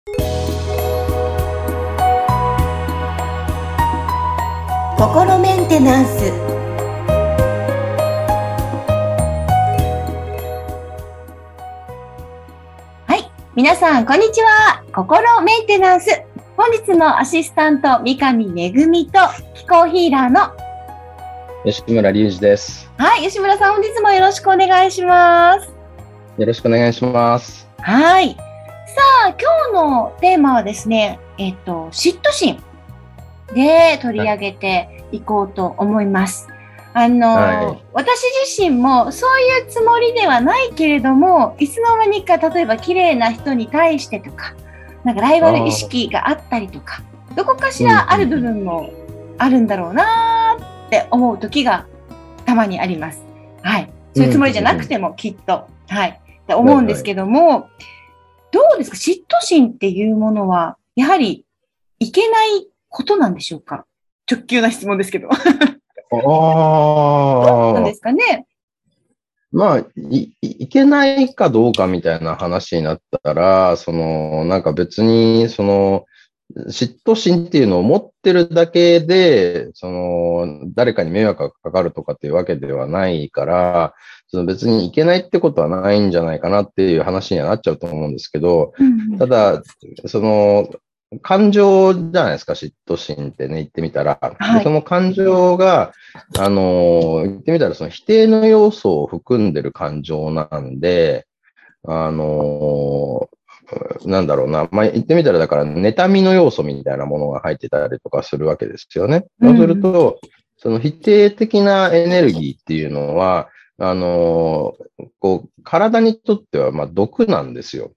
心メンテナンス。はい、皆さんこんにちは。心メンテナンス。本日のアシスタント三上恵と気候ヒーラーの吉村隆二です。 はい、吉村さん、本日もよろしくお願いします。 よろしくお願いします。 はい。さあ、今日のテーマはですね、嫉妬心で取り上げていこうと思います。私自身もそういうつもりではないけれども、いつの間にか例えば綺麗な人に対してとか、なんかライバル意識があったりとか、どこかしらある部分もあるんだろうなーって思う時がたまにあります。はい。そういうつもりじゃなくてもきっと、はい。って思うんですけども、どうですか？嫉妬心っていうものは、やはりいけないことなんでしょうか？直球な質問ですけど。どうなんですかね。 まあ、いけないかどうかみたいな話になったら、なんか別に、嫉妬心っていうのを持ってるだけで、誰かに迷惑がかかるとかっていうわけではないから、別にいけないってことはないんじゃないかなっていう話にはなっちゃうと思うんですけど、ただ、感情じゃないですか、嫉妬心ってね、言ってみたら。 はい、 でその感情が、言ってみたら、その否定の要素を含んでる感情なんで、なんだろうな。まあ、言ってみたら、だから、妬みの要素みたいなものが入ってたりとかするわけですよね。そうすると、その否定的なエネルギーっていうのは、体にとっては、まあ、毒なんですよ。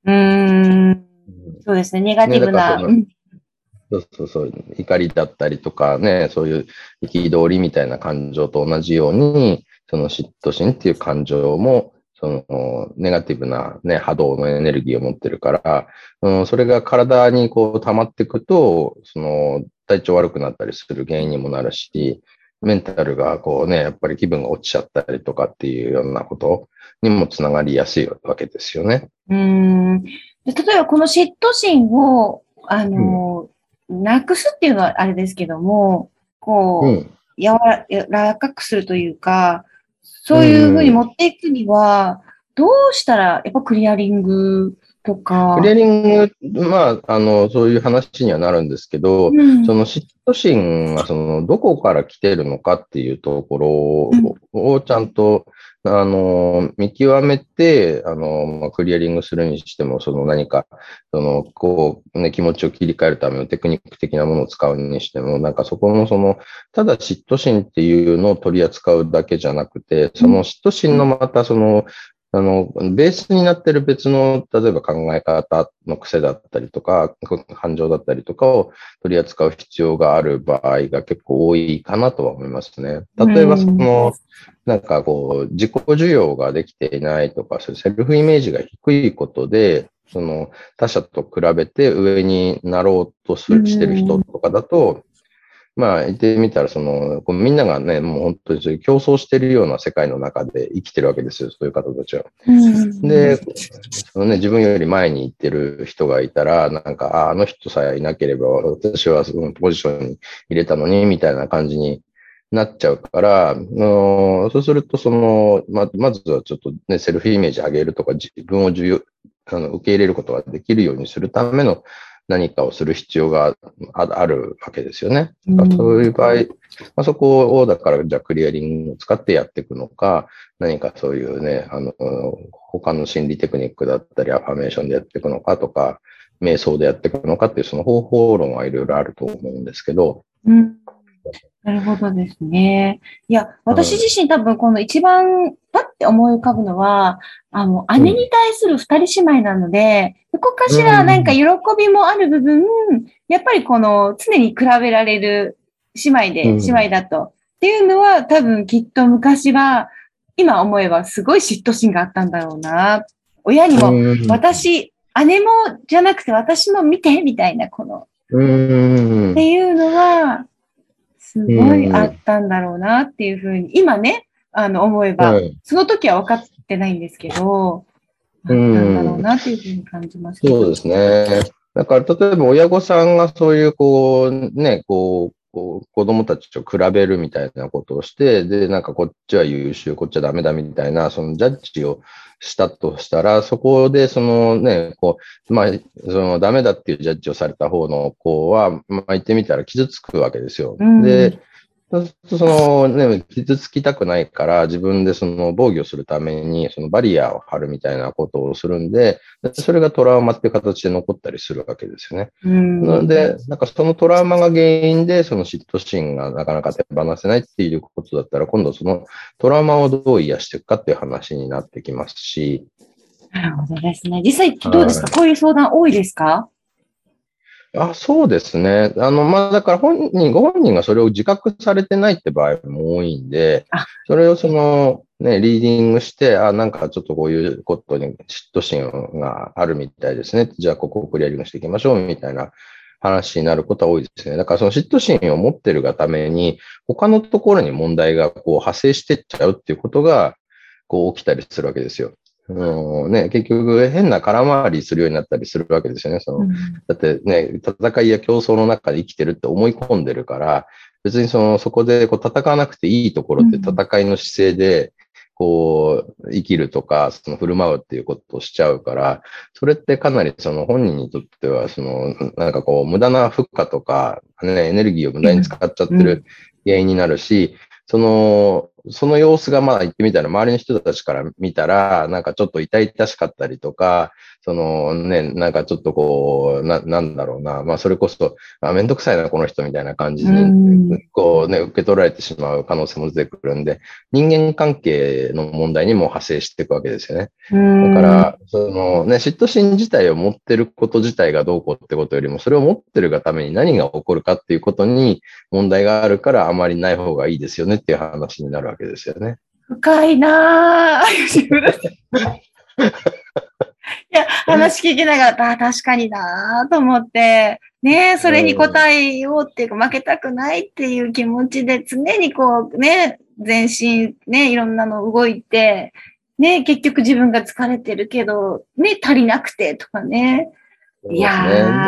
そうですね、ネガティブな。 そう、怒りだったりとかね、そういう憤りみたいな感情と同じように、その嫉妬心っていう感情も、ネガティブなね、波動のエネルギーを持ってるから、それが体にこう溜まっていくと、体調悪くなったりする原因にもなるし、メンタルがこうね、やっぱり気分が落ちちゃったりとかっていうようなことにもつながりやすいわけですよね。 例えばこの嫉妬心を、なくすっていうのはあれですけども、こう、柔らかくするというか、そういうふうに持っていくには、どうしたら、やっぱクリアリングとか。 クリアリング、まあ、そういう話にはなるんですけど、その嫉妬心が、どこから来てるのかっていうところをちゃんと、見極めて、まあ、クリアリングするにしても、何か、気持ちを切り替えるためのテクニック的なものを使うにしても、なんかそこの、ただ嫉妬心っていうのを取り扱うだけじゃなくて、その嫉妬心のまた、ベースになっている別の、例えば考え方の癖だったりとか、感情だったりとかを取り扱う必要がある場合が結構多いかなとは思いますね。例えば、なんかこう、自己需要ができていないとか、そういうセルフイメージが低いことで、他者と比べて上になろうとしてる人とかだと、まあ、言ってみたら、みんながね、もう本当にそういう競争してるような世界の中で生きてるわけですよ、そういう方たちは。で、自分より前に行ってる人がいたら、なんか、あの人さえいなければ、私はそのポジションに入れたのに、みたいな感じになっちゃうから、そうすると、まずはちょっとね、セルフイメージ上げるとか、自分を受け入れることができるようにするための何かをする必要があるわけですよね。そういう場合、まあ、そこを、だから、じゃあクリアリングを使ってやっていくのか、何かそういうね、他の心理テクニックだったり、アファメーションでやっていくのかとか、瞑想でやっていくのかっていう、その方法論はいろいろあると思うんですけど。 なるほどですね。いや、私自身多分この一番パッて思い浮かぶのは、姉に対する二人姉妹なので、どこかしらなんか喜びもある部分、やっぱりこの常に比べられる姉妹だと。っていうのは多分きっと昔は、今思えばすごい嫉妬心があったんだろうな。親にも、姉もじゃなくて私も見て、みたいな、っていうのは、すごいあったんだろうなっていうふうに、今ね、思えば、その時は分かってないんですけど、 あったんだろうなっていうふうに感じますけど。 そうですね。だから、例えば親御さんがそういう、子供たちと比べるみたいなことをして、で、なんかこっちは優秀、こっちはダメだみたいな、そのジャッジをしたとしたら、そこで、ダメだっていうジャッジをされた方の子は、まあ、言ってみたら傷つくわけですよ。 うん、 で、傷つきたくないから、自分でその防御するために、そのバリアを張るみたいなことをするんで、それがトラウマっていう形で残ったりするわけですよね。 うん、 なので、なんかそのトラウマが原因で、その嫉妬心がなかなか手放せないっていうことだったら、今度そのトラウマをどう癒していくかっていう話になってきますし。 なるほどですね。実際どうですか？こういう相談多いですか？ そうですね。だからご本人がそれを自覚されてないって場合も多いんで、 あ、 それをリーディングして、なんかちょっとこういうことに嫉妬心があるみたいですね。じゃあ、ここをクリアリングしていきましょうみたいな話になることは多いですね。だからその嫉妬心を持ってるがために、他のところに問題が派生してっちゃうっていうことが、起きたりするわけですよ。結局変な空回りするようになったりするわけですよね。だってね、戦いや競争の中で生きてるって思い込んでるから、別にそこで戦わなくていいところって戦いの姿勢で、生きるとか、振る舞うっていうことをしちゃうから、それってかなり本人にとっては、無駄な負荷とか、エネルギーを無駄に使っちゃってる原因になるし、その様子が言ってみたら、周りの人たちから見たら、なんかちょっと痛々しかったりとか、なんかちょっとなんだろうな、それこそ、めんどくさいな、この人みたいな感じに、受け取られてしまう可能性も出てくるんで、人間関係の問題にも派生していくわけですよね。だから、嫉妬心自体を持ってること自体がどうこうってことよりも、それを持ってるがために何が起こるかっていうことに問題があるから、あまりない方がいいですよねっていう話になるわけですよね。 深いなぁ。いや、話聞きながら、確かになぁと思って、ね、それに応えようっていうか、負けたくないっていう気持ちで、常に全身、いろんなの動いて、結局自分が疲れてるけど、足りなくてとかね。いや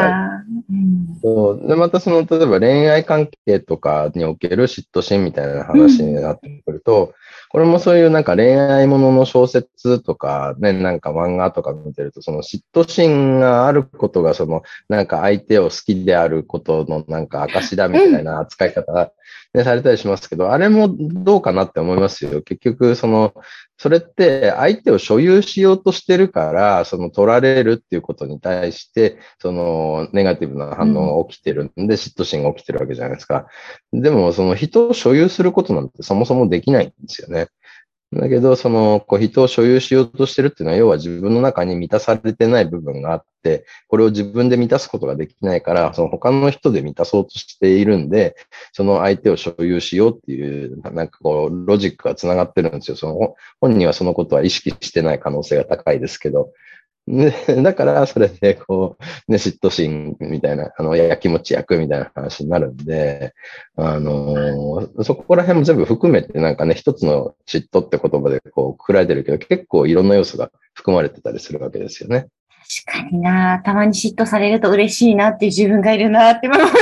ー。で、また例えば恋愛関係とかにおける嫉妬心みたいな話になってくると、これもそういうなんか恋愛ものの小説とかね、なんか漫画とか見てると、その嫉妬心があることが、なんか相手を好きであることのなんか証だみたいな扱い方、されたりしますけど、あれもどうかなって思いますよ。結局、それって相手を所有しようとしてるから、取られるっていうことに対して、ネガティブな反応が起きてるんで、嫉妬心が起きてるわけじゃないですか。でも、人を所有することなんてそもそもできないんですよね。だけど、人を所有しようとしてるっていうのは、要は自分の中に満たされてない部分があって、これを自分で満たすことができないから、他の人で満たそうとしているんで、その相手を所有しようっていう、なんかロジックがつながってるんですよ。本人はそのことは意識してない可能性が高いですけど。だから、それで、嫉妬心みたいな、やきもち焼くみたいな話になるんで、そこら辺も全部含めて、なんかね、一つの嫉妬って言葉でくくられてるけど、結構いろんな要素が含まれてたりするわけですよね。 確かにな、たまに嫉妬されると嬉しいなっていう自分がいるなって思い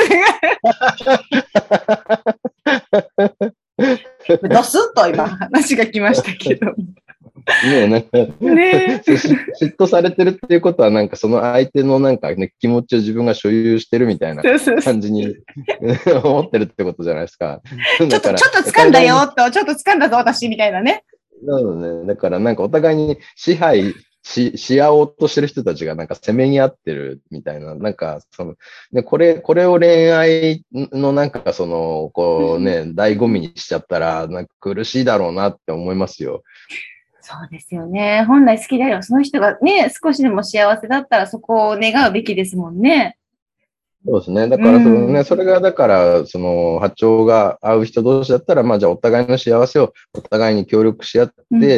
ドスッと今話が来ましたけど。 なんか、嫉妬されてるっていうことは、なんかその相手のなんかね、気持ちを自分が所有してるみたいな感じに思ってるってことじゃないですか。 ちょっと掴んだよと、ちょっと掴んだぞ私みたいなね。 なのね。だからなんかお互いに支配し合おうとしてる人たちがなんかせめぎ合ってるみたいな、なんかこれを恋愛のなんか醍醐味にしちゃったら、なんか苦しいだろうなって思いますよ。 そうですよね。本来好きだよ。その人がね、少しでも幸せだったらそこを願うべきですもんね。 そうですね。だからそれがだから、波長が合う人同士だったら、じゃあお互いの幸せをお互いに協力し合って、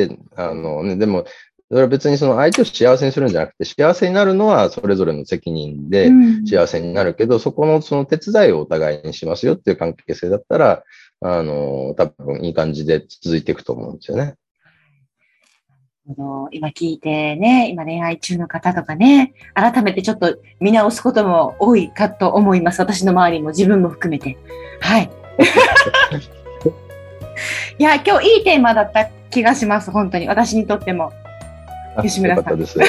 でも、それは別に相手を幸せにするんじゃなくて、幸せになるのはそれぞれの責任で幸せになるけど、そこの手伝いをお互いにしますよっていう関係性だったら、多分いい感じで続いていくと思うんですよね。 今聞いてね、今恋愛中の方とかね、改めてちょっと見直すことも多いかと思います。私の周りも自分も含めて。はい。いや、今日いいテーマだった気がします。本当に。私にとっても。吉村さん。よかったです。と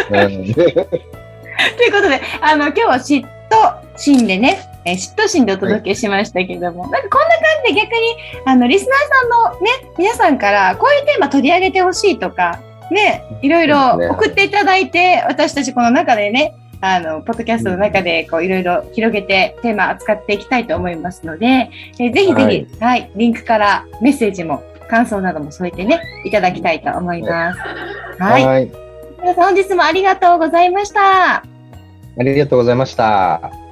いうことで、今日は嫉妬心でね、嫉妬心でお届けしましたけども、はい、なんかこんな感じで逆に、リスナーさんのね、皆さんからこういうテーマ取り上げてほしいとか、ね、いろいろ送っていただいて、私たちこの中でね、ポッドキャストの中でこういろいろ広げてテーマ扱っていきたいと思いますので、ぜひぜひ、はい、はい、リンクからメッセージも感想なども添えてね、いただきたいと思います。はい。はい、皆さん本日もありがとうございました。 ありがとうございました。